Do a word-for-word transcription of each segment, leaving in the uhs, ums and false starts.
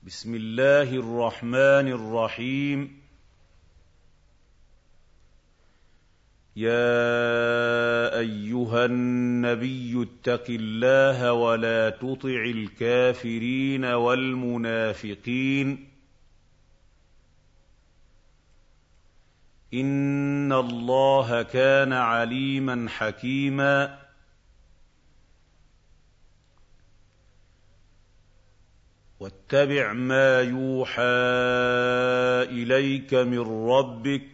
بسم الله الرحمن الرحيم. يا أيها النبي اتق الله ولا تطع الكافرين والمنافقين إن الله كان عليما حكيما. واتبع ما يوحى إليك من ربك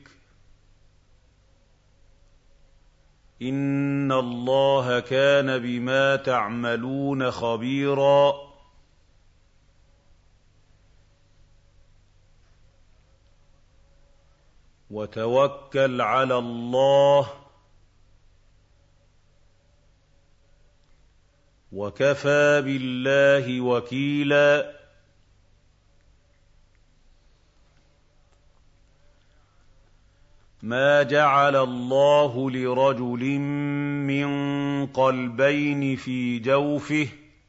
إن الله كان بما تعملون خبيرا. وتوكل على الله وكفى بالله وكيلا. ما جعل الله لرجل من قلبين في جوفه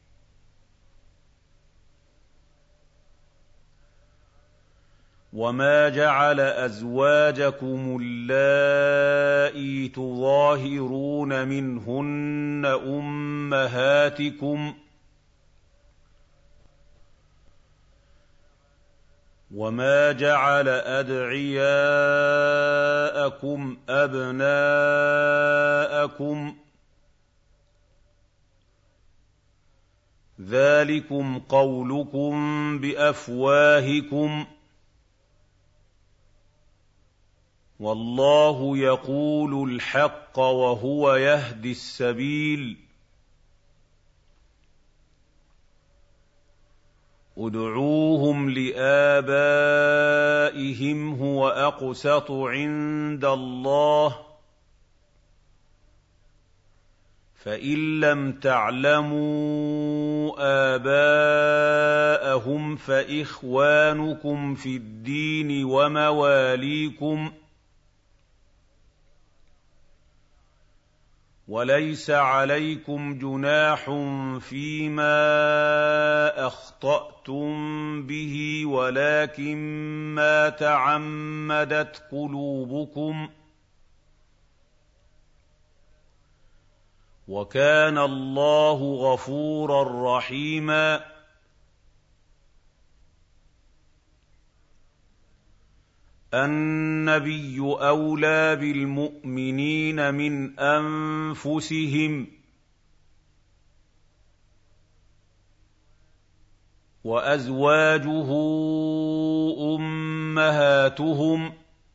وما جعل أزواجكم اللائي تظاهرون منهن أمهاتكم وما جعل أدعياءكم أبناءكم ذلكم قولكم بأفواهكم والله يقول الحق وهو يهدي السبيل. ادعوهم لآبائهم هو أقسط عند الله فإن لم تعلموا آباءهم فإخوانكم في الدين ومواليكم وليس عليكم جناح فيما أخطأتم به ولكن ما تعمدت قلوبكم وكان الله غفورا رحيما. النبي أولى بالمؤمنين من أنفسهم وأزواجه أمهاتهم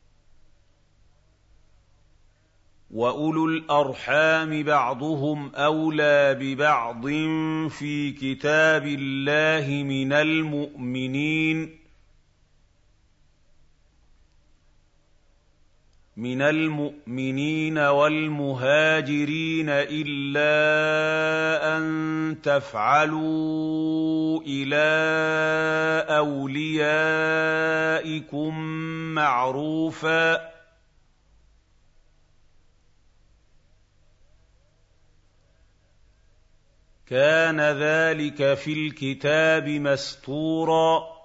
وأولو الأرحام بعضهم أولى ببعض في كتاب الله من المؤمنين من المؤمنين والمهاجرين إلا أن تفعلوا إلى أوليائكم معروفا كان ذلك في الكتاب مسطورا.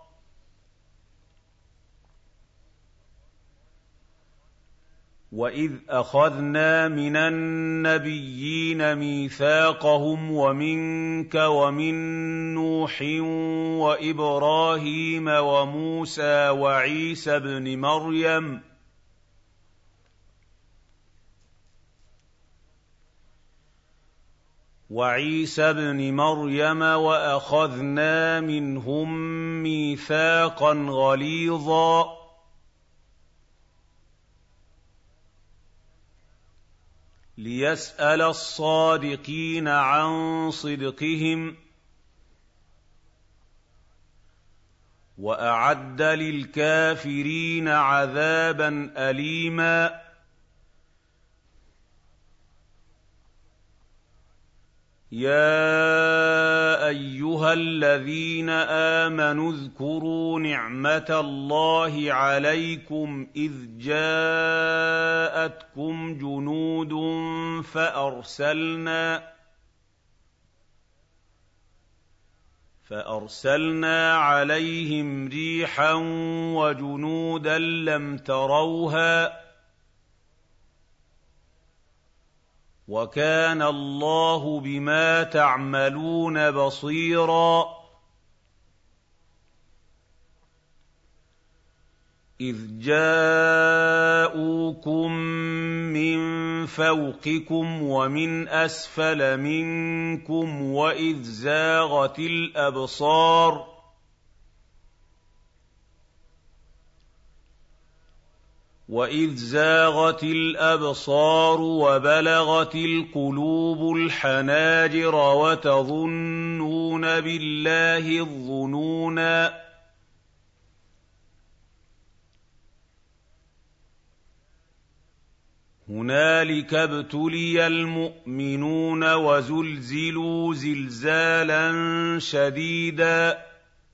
وإذ أخذنا من النبيين ميثاقهم ومنك ومن نوح وإبراهيم وموسى وعيسى ابن مريم وعيسى ابن مريم وأخذنا منهم ميثاقا غليظا ليسأل الصادقين عن صدقهم وأعد للكافرين عذابا أليما. يا أيها الذين آمنوا اذكروا نعمة الله عليكم إذ جاءتكم جنود فأرسلنا فأرسلنا عليهم ريحا وجنودا لم تروها وكان الله بما تعملون بصيرا إذ جاءوكم من فوقكم ومن أسفل منكم وإذ زاغت الأبصار وإذ زاغت الأبصار وبلغت القلوب الحناجر وتظنون بالله الظنونا هنالك ابتلي المؤمنون وزلزلوا زلزالا شديدا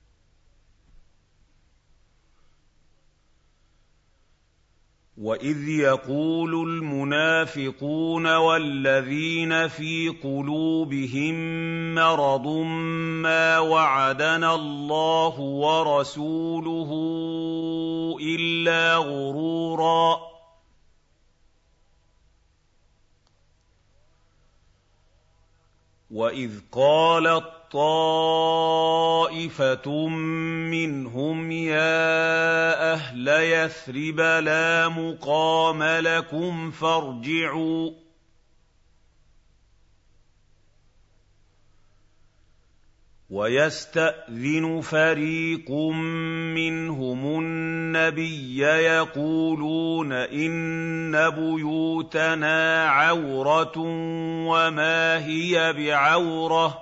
وإذ يقول المنافقون والذين في قلوبهم مرض ما وعدنا الله ورسوله إلا غرورا وإذ قالت طائفة منهم يا أهل يثرب لا مقام لكم فارجعوا ويستأذن فريق منهم النبي يقولون إن بيوتنا عورة وما هي بعورة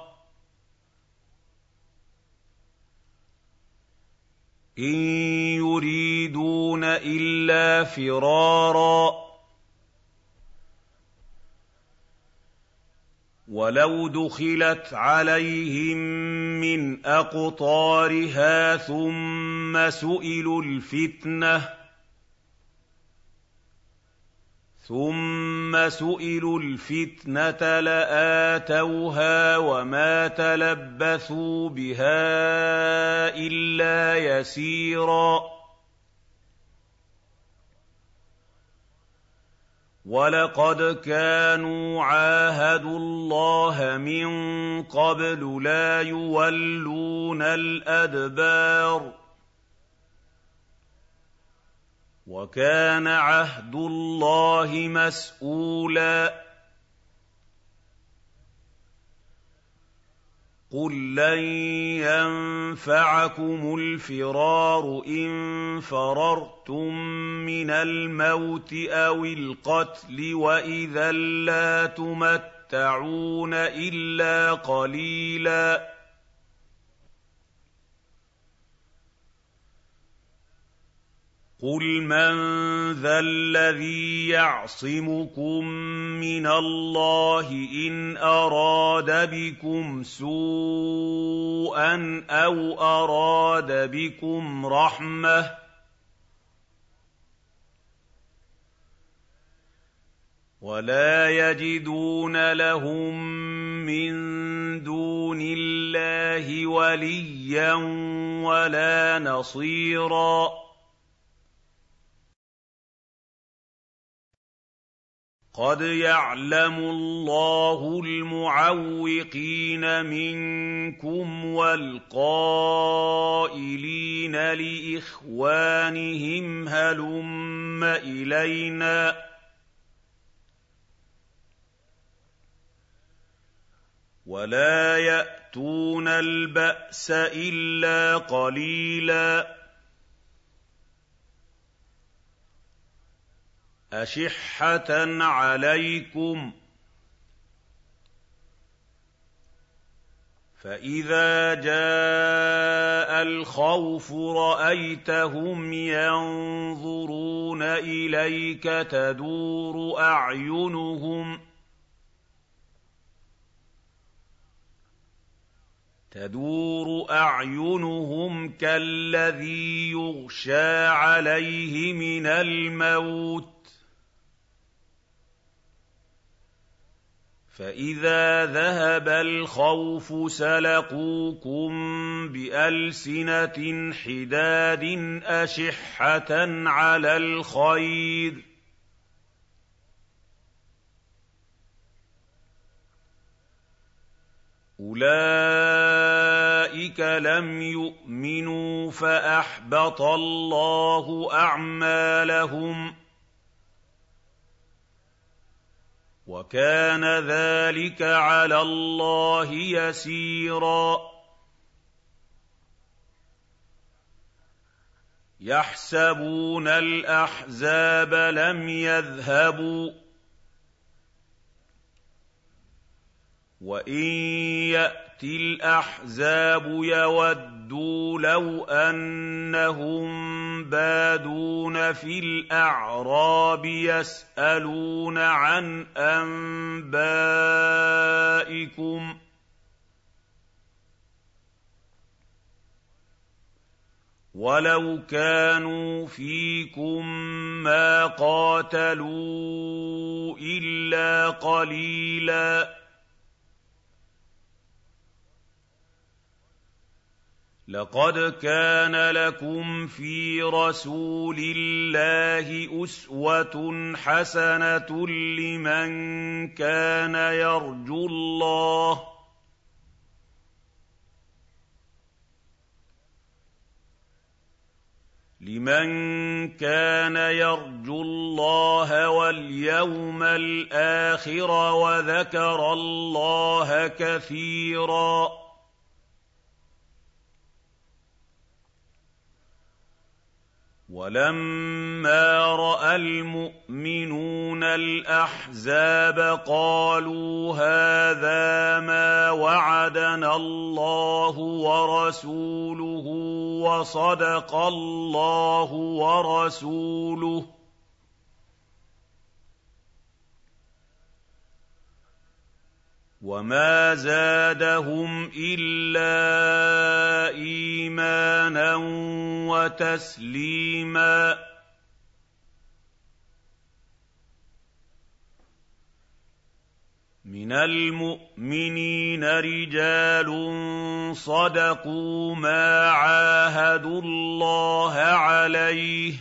إن يريدون إلا فرارا ولو دخلت عليهم من أقطارها ثم سئلوا الفتنة ثم سئلوا الفتنة لآتوها وما تلبثوا بها إلا يسيرا وَلَقَدْ كَانُوا عَاهَدُوا اللَّهَ مِن قَبْلُ لَا يُوَلُّونَ الْأَدْبَارَ وَكَانَ عَهْدُ اللَّهِ مَسْئُولًا قُل لَّن يَنفَعَكُمُ الْفِرَارُ إِن فَرَرْتُم مِّنَ الْمَوْتِ أَوِ الْقَتْلِ وَإِذًا لَّا تُمَتَّعُونَ إِلَّا قَلِيلًا قُلْ مَن ذَا الَّذِي يَعْصِمُكُم مِّنَ اللَّهِ إِنْ أَرَادَ بِكُمْ سُوءًا أَوْ أَرَادَ بِكُمْ رَحْمَةً وَلَا يَجِدُونَ لَهُم مِّن دُونِ اللَّهِ وَلِيًّا وَلَا نَصِيرًا قَدْ يَعْلَمُ اللَّهُ الْمُعَوِّقِينَ مِنكُمْ وَالْقَائِلِينَ لِإِخْوَانِهِمْ هَلُمَّ إِلَيْنَا وَلَا يَأْتُونَ الْبَأْسَ إِلَّا قَلِيلًا أَشِحَّةً عَلَيْكُمْ ۖ فَإِذَا جَاءَ الْخَوْفُ رَأَيْتَهُمْ يَنظُرُونَ إِلَيْكَ تَدُورُ أَعْيُنُهُمْ تدور أعينهم كالذي يغشى عليه من الموت فَإِذَا ذَهَبَ الْخَوْفُ سَلَقُوكُم بِأَلْسِنَةٍ حِدَادٍ أَشِحَّةً عَلَى الْخَيْرِ ۚ أُولَٰئِكَ لَمْ يُؤْمِنُوا فَأَحْبَطَ اللَّهُ أَعْمَالَهُمْ ۚ وَكَانَ ذَٰلِكَ عَلَى اللَّهِ يَسِيرًا يَحْسَبُونَ الْأَحْزَابَ لَمْ يَذْهَبُوا ۖ وَإِن يَأْتِ الْأَحْزَابُ يَوَدُّوا لَوْ أَنَّهُم بَادُونَ فِي الْأَعْرَابِ يَسْأَلُونَ عَنْ أَنبَائِكُمْ ۖ وَلَوْ كَانُوا فِيكُم مَّا قَاتَلُوا إِلَّا قَلِيلًا ۚ لَقَدْ كَانَ لَكُمْ فِي رَسُولِ اللَّهِ أُسْوَةٌ حَسَنَةٌ لِّمَن كَانَ يَرْجُو اللَّهَ لِمَن كَانَ يَرْجُو اللَّهَ وَالْيَوْمَ الْآخِرَ وَذَكَرَ اللَّهَ كَثِيرًا. وَلَمَّا رَأَى الْمُؤْمِنُونَ الْأَحْزَابَ قَالُوا هَٰذَا مَا وَعَدَنَا اللَّهُ وَرَسُولُهُ وَصَدَقَ اللَّهُ وَرَسُولُهُ ۚ وَمَا زَادَهُمْ إِلَّا إِيمَانًا وَتَسْلِيمًا. مِّنَ الْمُؤْمِنِينَ رِجَالٌ صَدَقُوا مَا عَاهَدُوا اللَّهَ عَلَيْهِ ۖ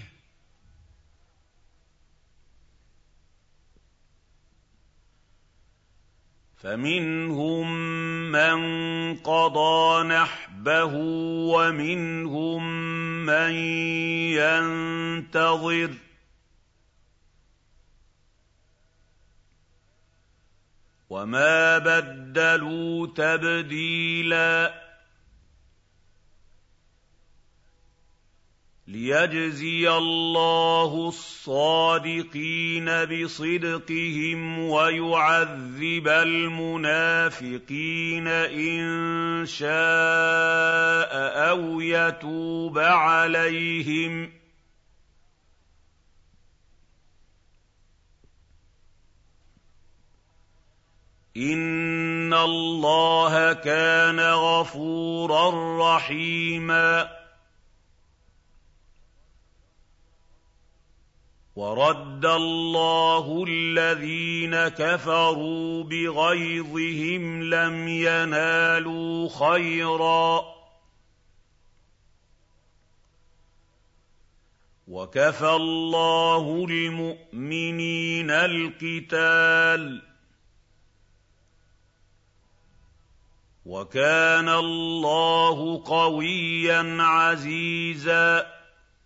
فَمِنْهُم مَّن قَضَىٰ نَحْبَهُ وَمِنْهُم مَّن يَنتَظِرُ ۖ وَمَا بَدَّلُوا تَبْدِيلًا. لِيَجْزِيَ اللَّهُ الصَّادِقِينَ بِصِدْقِهِمْ وَيُعَذِّبَ الْمُنَافِقِينَ إِن شَاءَ أَوْ يَتُوبَ عَلَيْهِمْ ۗ إِنَّ اللَّهَ كَانَ غَفُورًا رَّحِيمًا. وَرَدَّ اللَّهُ الَّذِينَ كَفَرُوا بِغَيْظِهِمْ لَمْ يَنَالُوا خَيْرًا ۚ وَكَفَى اللَّهُ الْمُؤْمِنِينَ الْقِتَالَ ۚ وَكَانَ اللَّهُ قَوِيًّا عَزِيزًا.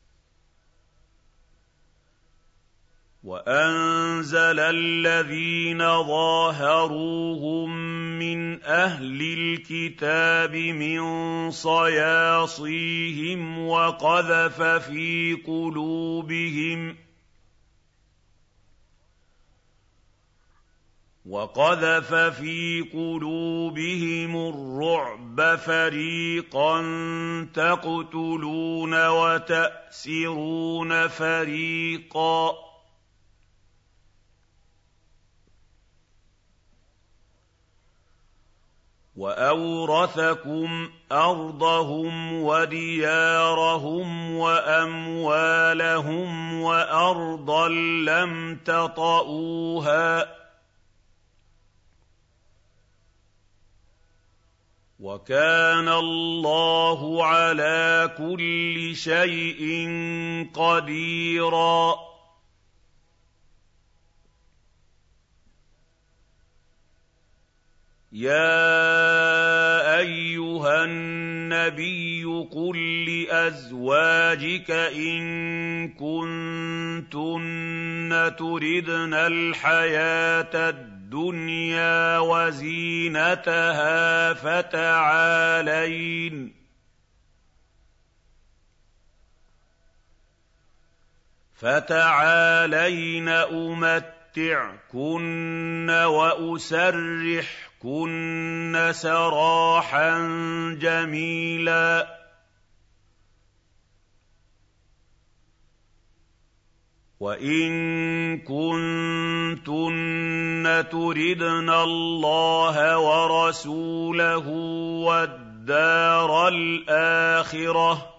وَأَنزَلَ الَّذِينَ ظَاهَرُوهُم مِّنْ أَهْلِ الْكِتَابِ مِن صَيَاصِيهِمْ وَقَذَفَ فِي قُلُوبِهِمْ وَقَذَفَ فِي قُلُوبِهِمُ الرُّعْبَ فَرِيقًا تَقْتُلُونَ وَتَأْسِرُونَ فَرِيقًا. وَأَوْرَثَكُمْ أَرْضَهُمْ وَدِيَارَهُمْ وَأَمْوَالَهُمْ وَأَرْضًا لَّمْ تَطَئُوهَا وَكَانَ اللَّهُ عَلَىٰ كُلِّ شَيْءٍ قَدِيرًا يَا أَيُّهَا النَّبِيُّ قُل لِّأَزْوَاجِكَ إِن كُنتُنَّ تُرِدْنَ الْحَيَاةَ الدُّنْيَا وَزِينَتَهَا فَتَعَالَيْنَ فَتَعَالَيْنَ أُمَتِّعْكُنَّ وَأُسَرِّحْكُنَّ سَرَاحًا جَمِيلًا وَإِن كُنتُنَّ تُرِدْنَ اللَّهَ وَرَسُولَهُ وَالدَّارَ الْآخِرَةَ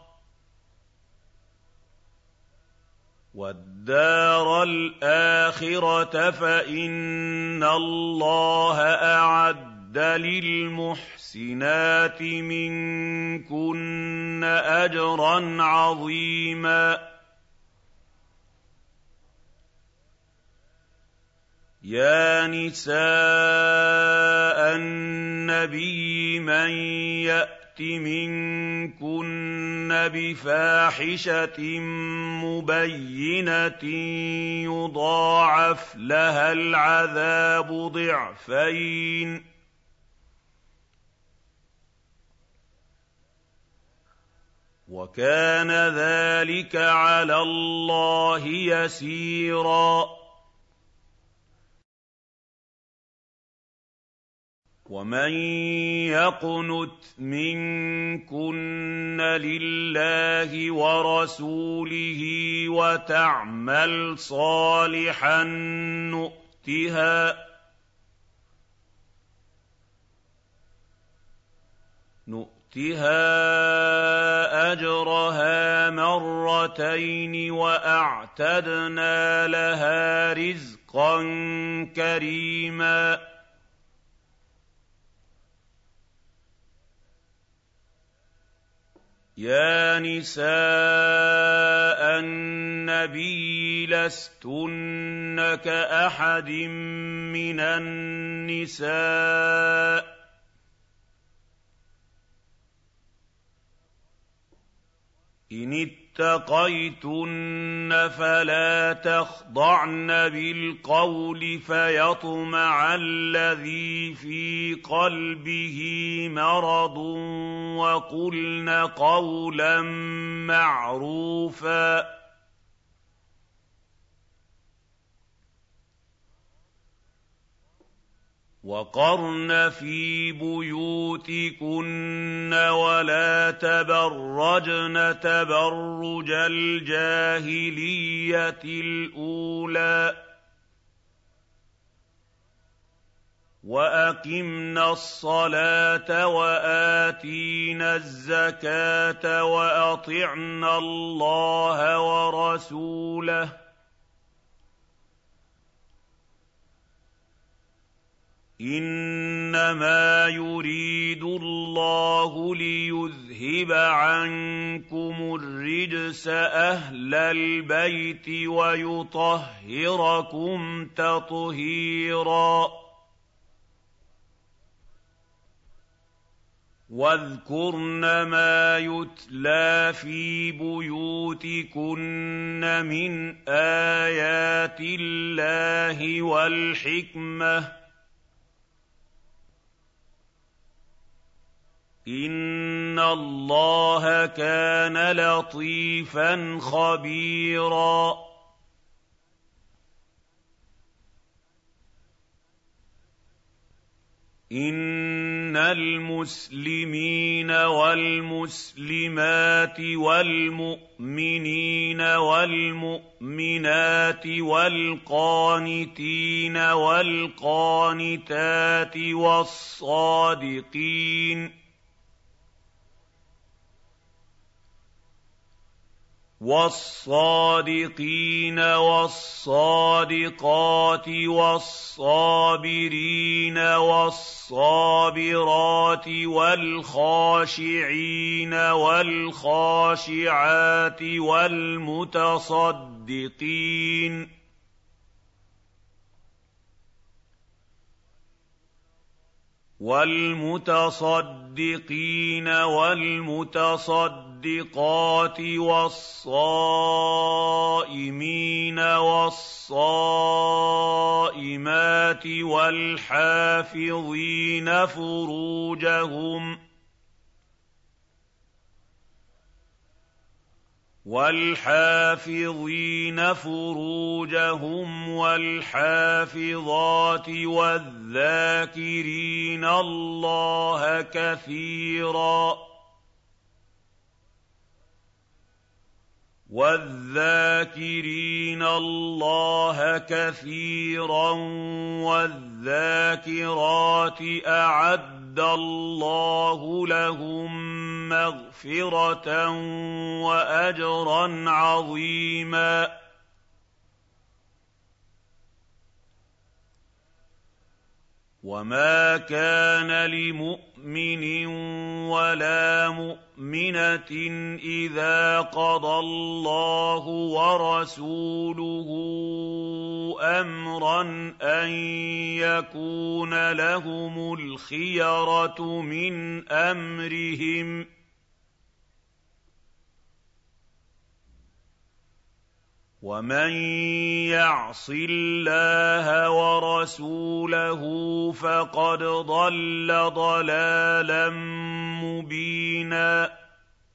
وَالدَّارَ الْآخِرَةَ فَإِنَّ اللَّهَ أَعَدَّ لِلْمُحْسِنَاتِ مِنكُنَّ أَجْرًا عَظِيمًا يَا نِسَاءَ النَّبِيِّ مَن يَأْتِ مِنكُنَّ بِفَاحِشَةٍ مُّبَيِّنَةٍ يُضَاعَفْ لَهَا الْعَذَابُ ضِعْفَيْنِ ۚ وَكَانَ ذَٰلِكَ عَلَى اللَّهِ يَسِيرًا وَمَن يَقْنُتْ مِنكُنَّ لِلَّهِ وَرَسُولِهِ وَتَعْمَلْ صَالِحًا نُّؤْتِهَا نُؤْتِهَا أَجْرَهَا مَرَّتَيْنِ وَأَعْتَدْنَا لَهَا رِزْقًا كَرِيمًا يَا نِسَاءَ النَّبِيِّ لَسْتُنَّ كَأَحَدٍ مِّنَ النِّسَاءِ ۚ إِنِ اتَّقَيْتُنَّ فَلَا تَخْضَعْنَ بِالْقَوْلِ فَيَطْمَعَ الَّذِي فِي قَلْبِهِ مَرَضٌ وَقُلْنَ قَوْلًا مَّعْرُوفًا وَقَرْنَ فِي بُيُوتِكُنَّ وَلَا تَبَرَّجْنَ تَبَرُّجَ الْجَاهِلِيَّةِ الْأُولَىٰ ۖ وَأَقِمْنَ الصَّلَاةَ وَآتِينَ الزَّكَاةَ وَأَطِعْنَ اللَّهَ وَرَسُولَهُ ۚ إِنَّمَا يُرِيدُ اللَّهُ لِيُذْهِبَ عَنكُمُ الرِّجْسَ أَهْلَ الْبَيْتِ وَيُطَهِّرَكُمْ تَطْهِيرًا وَاذْكُرْنَ مَا يُتْلَىٰ فِي بُيُوتِكُنَّ مِنْ آيَاتِ اللَّهِ وَالْحِكْمَةِ ۚ إِنَّ اللَّهَ كَانَ لَطِيفًا خَبِيرًا إِنَّ الْمُسْلِمِينَ وَالْمُسْلِمَاتِ وَالْمُؤْمِنِينَ وَالْمُؤْمِنَاتِ وَالْقَانِتِينَ وَالْقَانِتَاتِ وَالصَّادِقِينَ وَالصَّادِقِينَ وَالصَّادِقَاتِ وَالصَّابِرِينَ وَالصَّابِرَاتِ وَالْخَاشِعِينَ وَالْخَاشِعَاتِ وَالْمُتَصَدِّقِينَ وَالْمُتَصَدِّقِينَ وَالْمُتَصَدِّقَاتِ وَالصَّائِمِينَ وَالصَّائِمَاتِ وَالْحَافِظِينَ فُرُوجَهُمْ والحافظين فروجهم والحافظات والذاكرين الله كثيرا والذاكرين الله كثيرا والذاكرات أعد الله لهم مغفرة وأجرا عظيما وما كان لمؤمن ولا مؤمنة إذا قضى الله ورسوله أمرا أن يكون لهم الخيرة من أمرهم ومن يعص الله ورسوله فقد ضل ضلالا مبينا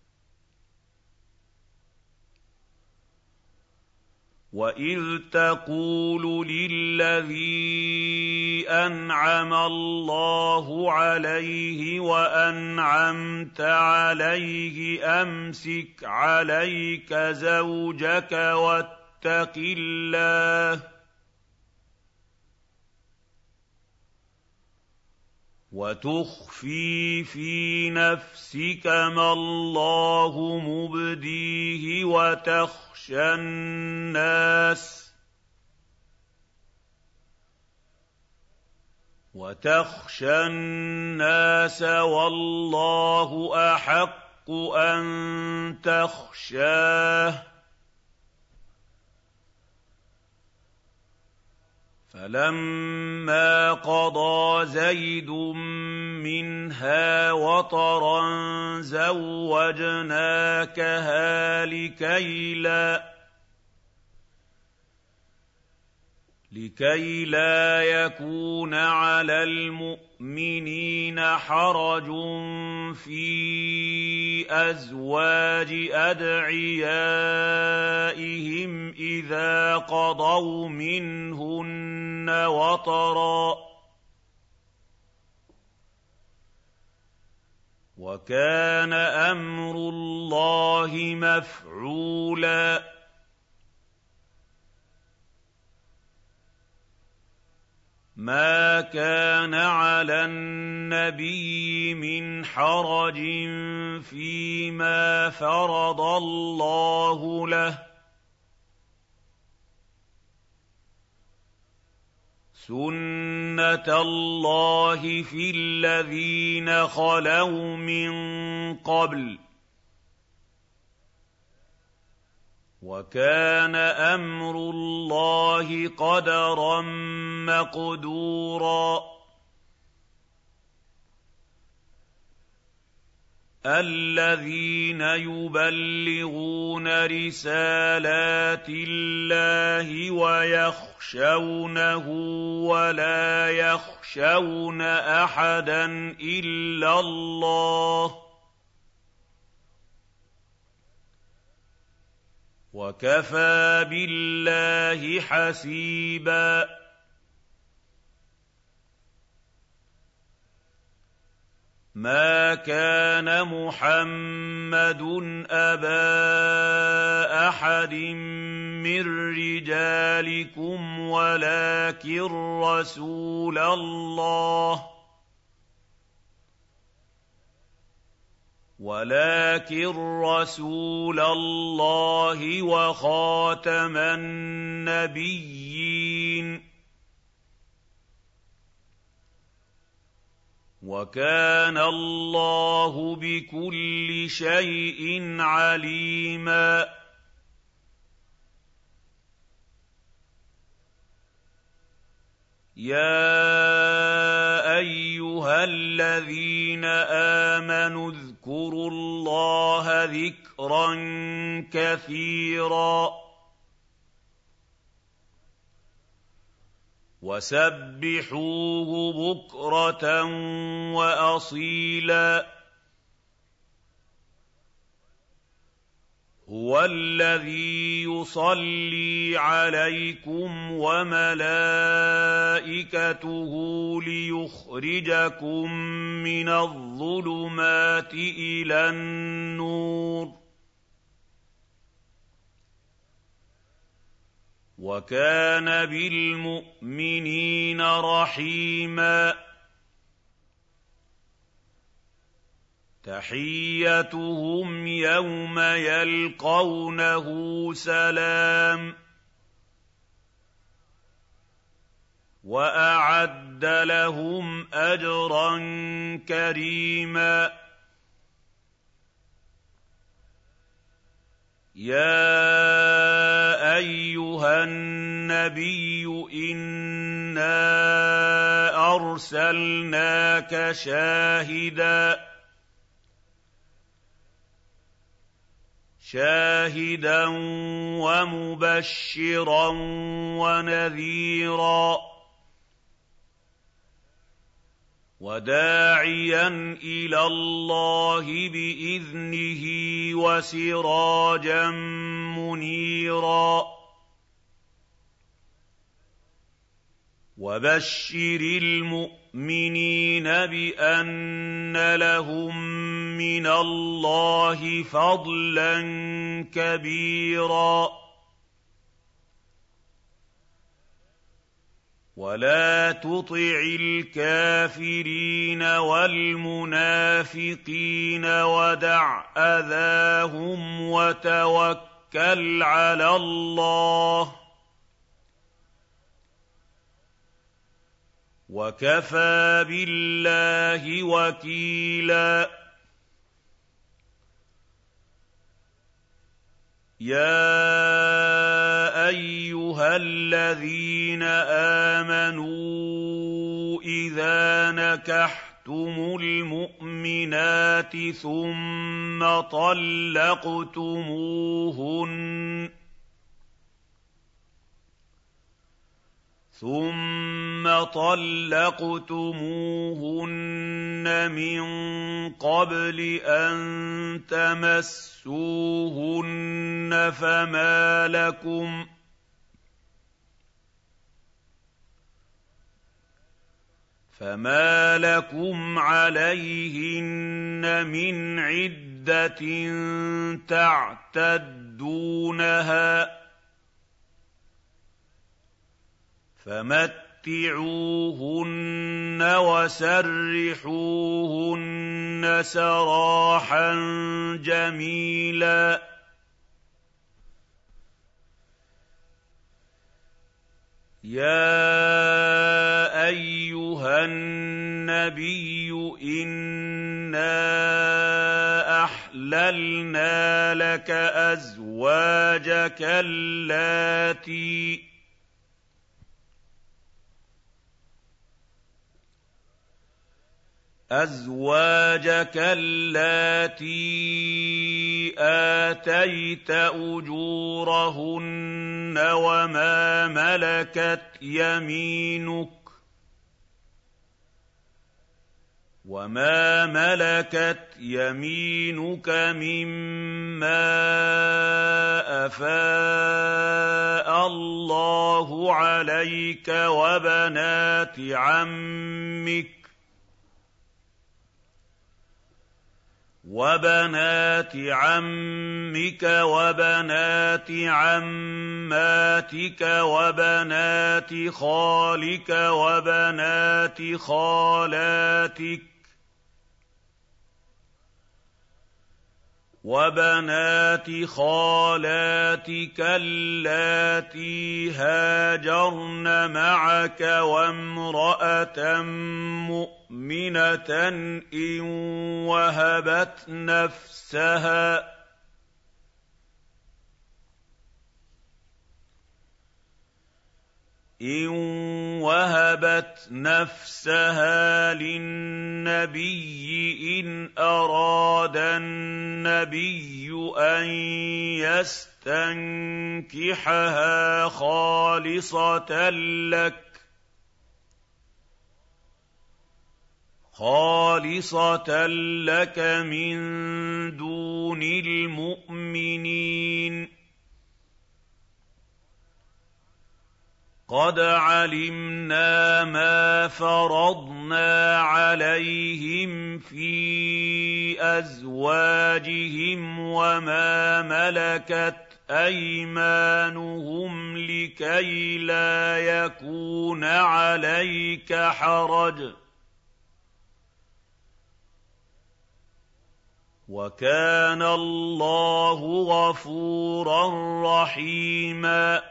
وإذ تقول للذي أنعم الله عليه وأنعمت عليه أمسك عليك زوجك واتق الله وتخفي في نفسك ما الله مبديه وتخشى الناس وتخشى الناس والله أحق أن تخشاه فلما قضى زيد منها وطرا زوجناكها لكي لا لكي لا يكون على المؤمنين حرج في أزواج أدعيائهم إذا قضوا منهن وطرا وكان أمر الله مفعولا ما كان على النبي من حرج فيما فرض الله له سنة الله في الذين خلوا من قبل وكان أمر الله قدرا مقدورا الذين يبلغون رسالات الله ويخشونه ولا يخشون أحدا إلا الله وكفى بالله حسيبا ما كان محمد أبا أحد من رجالكم ولكن رسول الله وَلَٰكِن رَّسُولَ اللَّهِ وَخَاتَمَ النَّبِيِّينَ وَكَانَ اللَّهُ بِكُلِّ شَيْءٍ عَلِيمًا يَا أَيُّهَا الَّذِينَ آمَنُوا اذْكُرُوا اللَّهَ ذِكْرًا كَثِيرًا وَسَبِّحُوهُ بُكْرَةً وَأَصِيلًا هُوَ الَّذِي يُصَلِّي عَلَيْكُمْ وَمَلَائِكَتُهُ لِيُخْرِجَكُم مِّنَ الظُّلُمَاتِ إِلَى النُّورِ ۚ وَكَانَ بِالْمُؤْمِنِينَ رَحِيمًا تَحِيَّتُهُمْ يَوْمَ يَلْقَوْنَهُ سَلَامٌ ۚ وَأَعَدَّ لَهُمْ أَجْرًا كَرِيمًا يَا أَيُّهَا النَّبِيُّ إِنَّا أَرْسَلْنَاكَ شَاهِدًا شَاهِدًا وَمُبَشِّرًا وَنَذِيرًا وَدَاعِيًا إِلَى اللَّهِ بِإِذْنِهِ وَسِرَاجًا مُّنِيرًا وَبَشِّرِ الْمُؤْمِنِينَ بِأَنَّ لَهُم مِّنَ اللَّهِ فَضْلًا كَبِيرًا وَلَا تُطِعِ الْكَافِرِينَ وَالْمُنَافِقِينَ وَدَعْ أَذَاهُمْ وَتَوَكَّلْ عَلَى اللَّهِ ۚ وَكَفَىٰ بِاللَّهِ وَكِيلًا يَا أَيُّهَا الَّذِينَ آمَنُوا إِذَا نَكَحْتُمُ الْمُؤْمِنَاتِ ثُمَّ طَلَّقْتُمُوهُنَّ ثُمَّ طَلَّقْتُمُوهُنَّ مِن قَبْلِ أَن تَمَسُّوهُنَّ فَمَا لَكُمْ فَمَا لَكُمْ عَلَيْهِنَّ مِنْ عِدَّةٍ تَعْتَدُّونَهَا ۖ فَمَتِّعُوهُنَّ وَسَرِّحُوهُنَّ سَرَاحًا جَمِيلًا يَا أَيُّهَا النَّبِيُّ إِنَّا أَحْلَلْنَا لَكَ أَزْوَاجَكَ اللَّاتِي أَزْوَاجَكَ اللَّاتِي آتَيْتَ أُجُورَهُنَّ وَمَا مَلَكَتْ يَمِينُكَ وَمَا مَلَكَتْ يَمِينُكَ مِمَّا أَفَاءَ اللَّهُ عَلَيْكَ وَبَنَاتِ عَمِّكَ وَبَنَاتِ عَمِّكَ وَبَنَاتِ عَمَّاتِكَ وَبَنَاتِ خَالِكَ وَبَنَاتِ خَالَاتِكَ وَبَنَاتِ خَالَاتِكَ اللَّاتِي هَاجَرْنَ مَعَكَ وَامْرَأَةً مُّؤْمِنَةً إِن وَهَبَتْ نَفْسَهَا إِن وَهَبَتْ نَفْسَهَا لِلنَّبِيِّ إِنْ أَرَادَ النَّبِيُّ أَن يَسْتَنكِحَهَا خَالِصَةً لَّكَ خَالِصَةً لَّكَ مِن دُونِ الْمُؤْمِنِينَ قَدْ عَلِمْنَا مَا فَرَضْنَا عَلَيْهِمْ فِي أَزْوَاجِهِمْ وَمَا مَلَكَتْ أَيْمَانُهُمْ لِكَيْ لَا يَكُونَ عَلَيْكَ حَرَجٌ ۗ وَكَانَ اللَّهُ غَفُورًا رَّحِيمًا.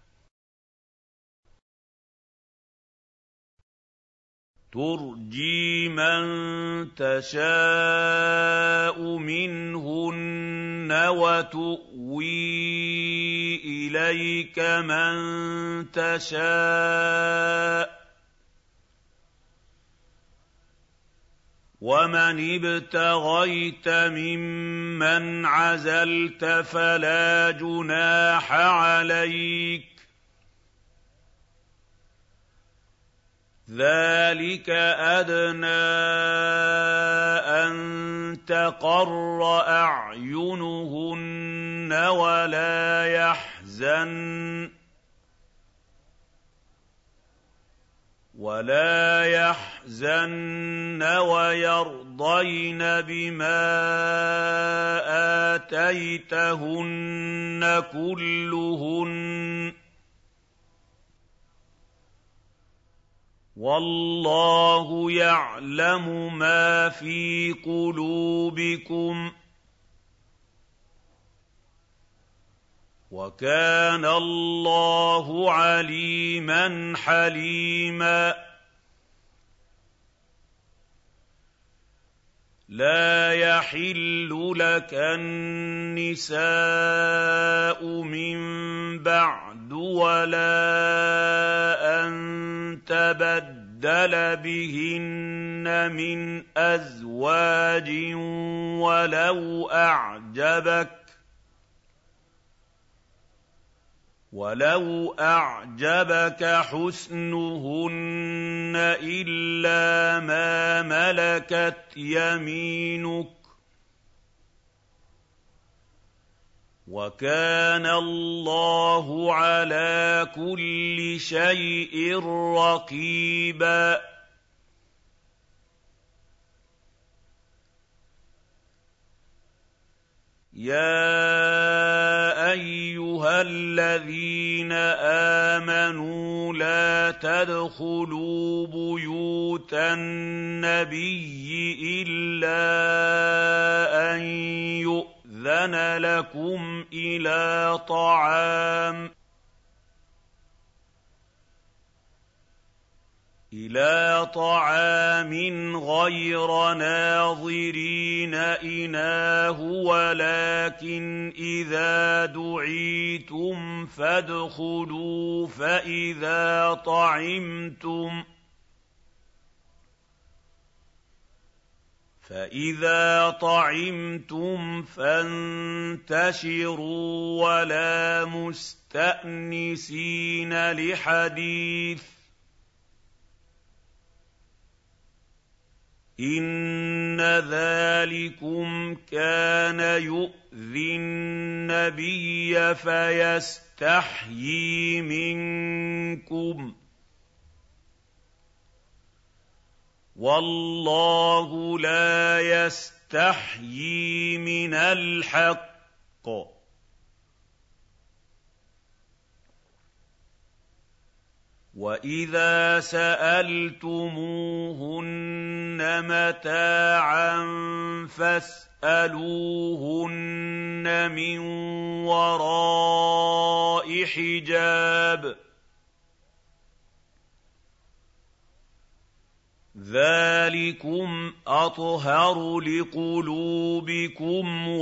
تُرْجِي مَن تَشَاءُ مِنْهُنَّ وَتُؤْوِي إِلَيْكَ مَن تَشَاءُ ۖ وَمَنِ ابْتَغَيْتَ مِمَّنْ عَزَلْتَ فَلَا جُنَاحَ عَلَيْكَ ۚ ذَٰلِكَ أَدْنَىٰ أَن تَقَرَّ أَعْيُنُهُنَّ وَلَا يَحْزَنَّ وَلَا يَحْزَنَّ وَيَرْضَيْنَ بِمَا آتَيْتَهُنَّ كُلُّهُنَّ ۚ وَاللَّهُ يَعْلَمُ مَا فِي قُلُوبِكُمْ ۚ وَكَانَ اللَّهُ عَلِيمًا حَلِيمًا. لَا يَحِلُّ لَكَ النِّسَاءُ مِن بَعْدُ وَلَا أَن تَبَدَّلَ بِهِنَّ مِنْ أَزْوَاجٍ وَلَوْ أَعْجَبَكَ وَلَوْ أَعْجَبَكَ حُسْنُهُنَّ إِلَّا مَا مَلَكَتْ يَمِينُكَ ۗ وَكَانَ اللَّهُ عَلَىٰ كُلِّ شَيْءٍ رَّقِيبًا. يَا أَيُّهَا الَّذِينَ آمَنُوا لَا تَدْخُلُوا بُيُوتَ النَّبِيِّ إِلَّا أَن يُؤْذَنَ لَكُمْ إِلَىٰ طَعَامٍ إِلَىٰ طَعَامٍ غَيْرَ نَاظِرِينَ إِنَاهُ وَلَٰكِنْ إِذَا دُعِيتُمْ فَادْخُلُوا فَإِذَا طَعِمْتُمْ فَإِذَا طَعِمْتُمْ فَانتَشِرُوا وَلَا مُسْتَأْنِسِينَ لِحَدِيثٍ ۚ إِنَّ ذَٰلِكُمْ كَانَ يُؤْذِي النَّبِيَّ فَيَسْتَحْيِي مِنكُمْ ۖ وَاللَّهُ لَا يَسْتَحْيِي مِنَ الْحَقِّ ۚ وَإِذَا سَأَلْتُمُوهُنَّ مَتَاعًا فَاسْأَلُوهُنَّ فاسألوهن من وراء حجاب ذلكم أطهر لقلوبكم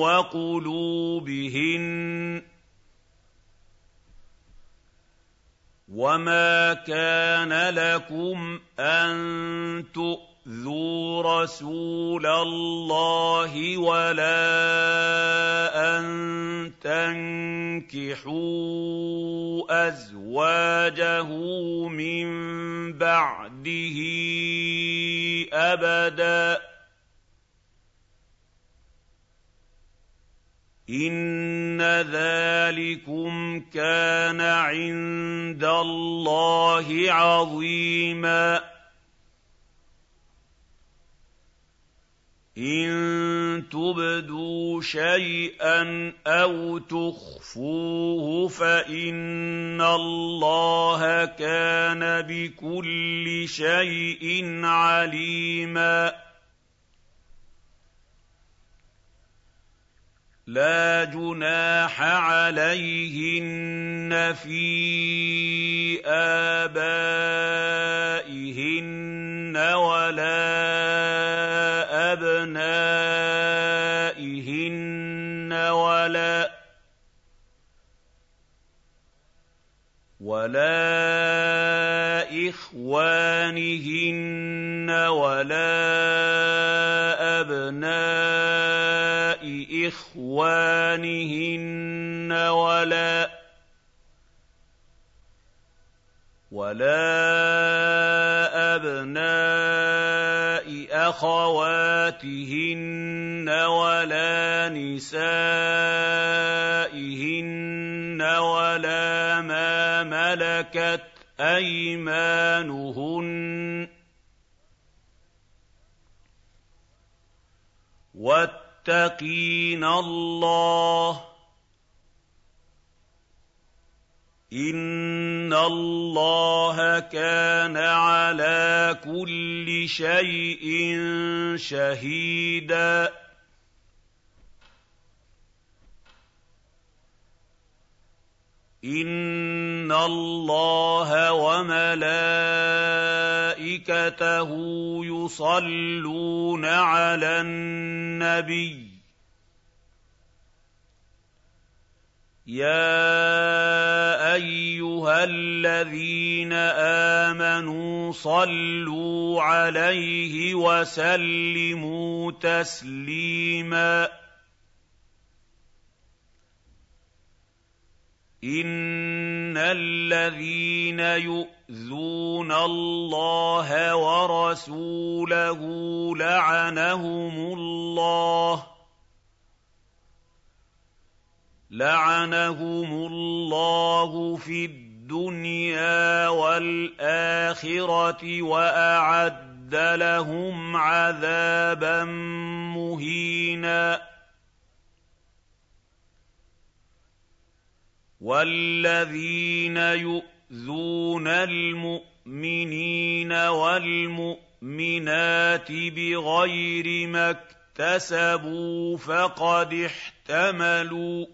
وقلوبهن وما كان لكم أن تؤذوا رسول الله ولا أن تنكحوا أزواجه من بعده أبدا إن ذلكم كان عند الله عظيما إن تبدوا شيئا أو تخفوه فإن الله كان بكل شيء عليما لا جناح عليهن في آبائهن ولا أبنائهن ولا ولا إخوانهن ولا أبناء إخوانهن ولا ولا أبناء أخواتهن ولا نسائهن ولا ما ملكت أيمانهن واتقين الله إن الله كان على كل شيء شهيدا إن الله وملائكته يصلون على النبي يا أيها الذين آمنوا صلوا عليه وسلموا تسليما إن الذين يؤذون الله ورسوله لعنهم الله لعنهم الله في الدنيا والآخرة وأعد لهم عذابا مهينا والذين يؤذون المؤمنين والمؤمنات بغير ما اكتسبوا فقد احتملوا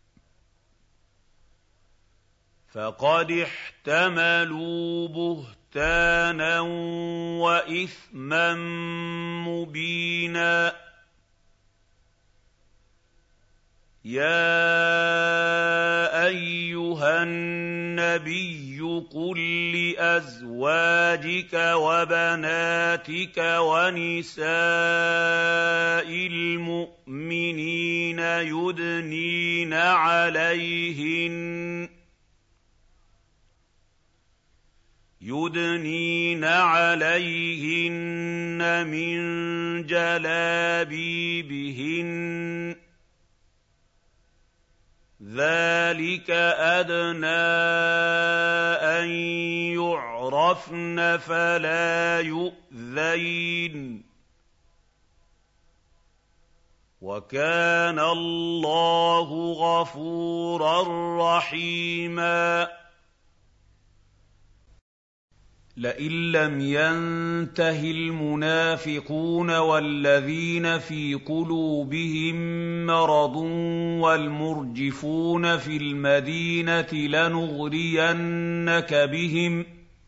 فقد احتملوا بهتانا وإثما مبينا يا أيها النبي قل لأزواجك وبناتك ونساء المؤمنين يدنين عليهن يدنين عليهن من جلابيبهن ذلك أدنى أن يعرفن فلا يؤذين وكان الله غفورا رحيما لئن لم ينته المنافقون والذين في قلوبهم مرض والمرجفون في المدينة لنغرينك بهم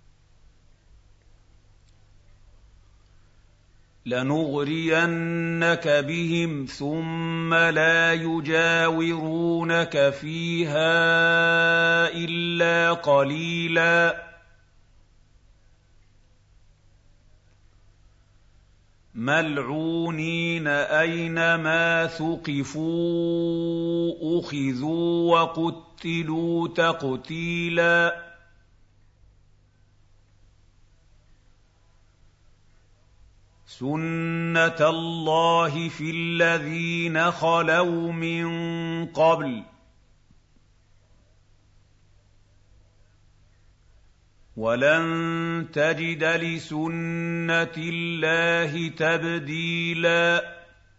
لنغرينك بهم ثم لا يجاورونك فيها إلا قليلا ملعونين أينما ثقفوا أخذوا وقتلوا تقتيلا سنة الله في الذين خلوا من قبل ولن تجد لسنة الله تبديلا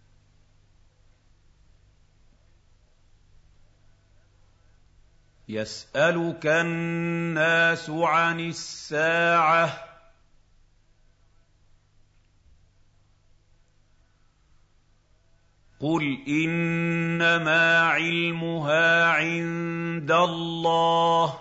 يسألك الناس عن الساعة قل إنما علمها عند الله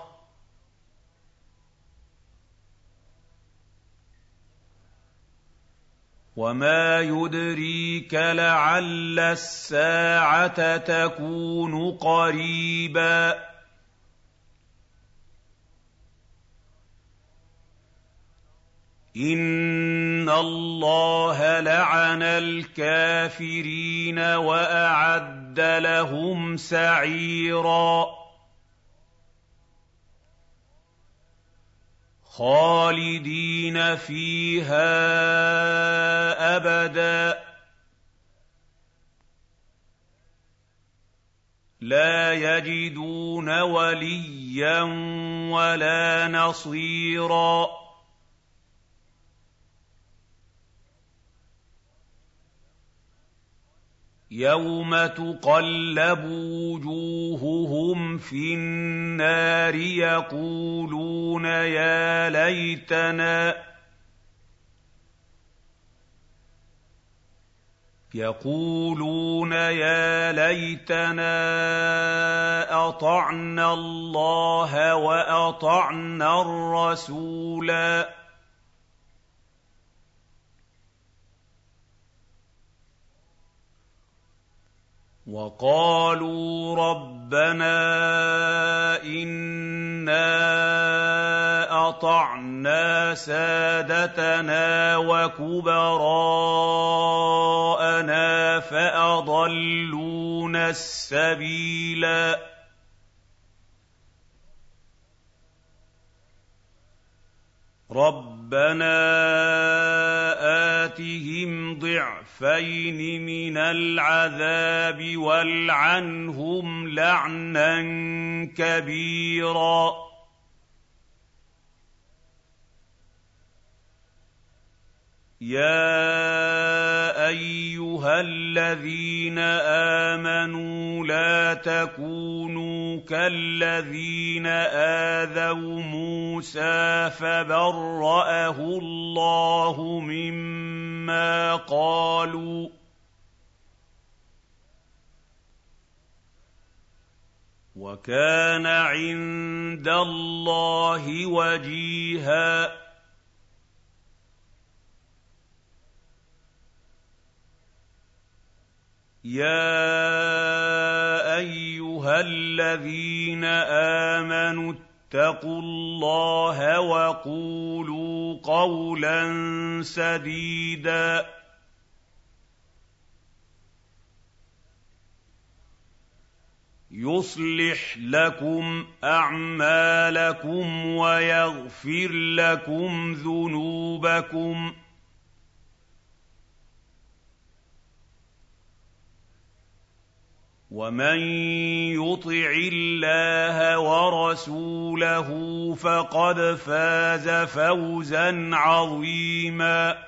وما يدريك لعل الساعة تكون قريبا إن الله لعن الكافرين وأعد لهم سعيرا خالدين فيها أبدا لا يجدون وليا ولا نصيرا يوم تقلب وجوههم في النار يقولون يا ليتنا يقولون يا ليتنا أطعنا الله وأطعنا الرسولا وقالوا ربنا إنا أطعنا سادتنا وكبراءنا فأضلونا السبيلا ربنا آتهم ضعفين من العذاب والعنهم لعنا كبيرا يا أيها الذين آمنوا لا تكونوا كالذين آذوا موسى فبرأه الله مما قالوا وكان عند الله وجيها يا أيها الذين آمنوا اتقوا الله وقولوا قولا سديدا يصلح لكم أعمالكم ويغفر لكم ذنوبكم ومن يطع الله ورسوله فقد فاز فوزا عظيما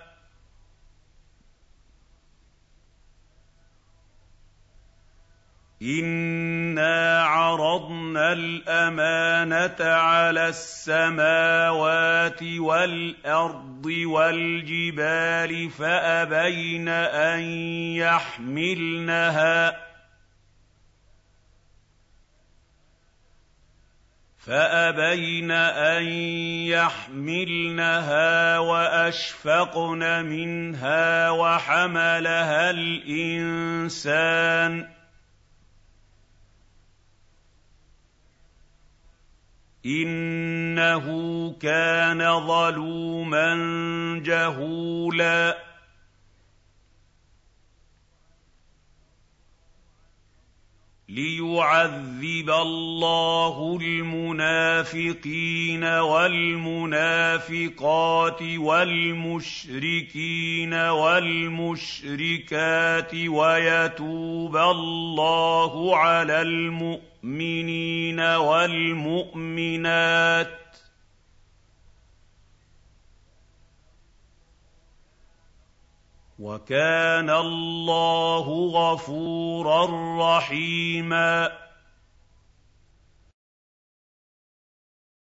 إنا عرضنا الْأَمَانَةَ عَلَى السَّمَاوَاتِ وَالْأَرْضِ وَالْجِبَالِ فَأَبَيْنَ أَن يَحْمِلْنَهَا فَأَبَيْنَ أَن يَحْمِلْنَهَا وَأَشْفَقْنَ مِنْهَا وَحَمَلَهَا الْإِنسَانُ إِنَّهُ كَانَ ظَلُومًا جَهُولًا لِيُعَذِّبَ اللَّهُ الْمُنَافِقِينَ وَالْمُنَافِقَاتِ وَالْمُشْرِكِينَ وَالْمُشْرِكَاتِ وَيَتُوبَ اللَّهُ عَلَى الْمُؤْمِنِينَ وَالْمُؤْمِنَاتِ وَكَانَ اللَّهُ غَفُورًا رَّحِيمًا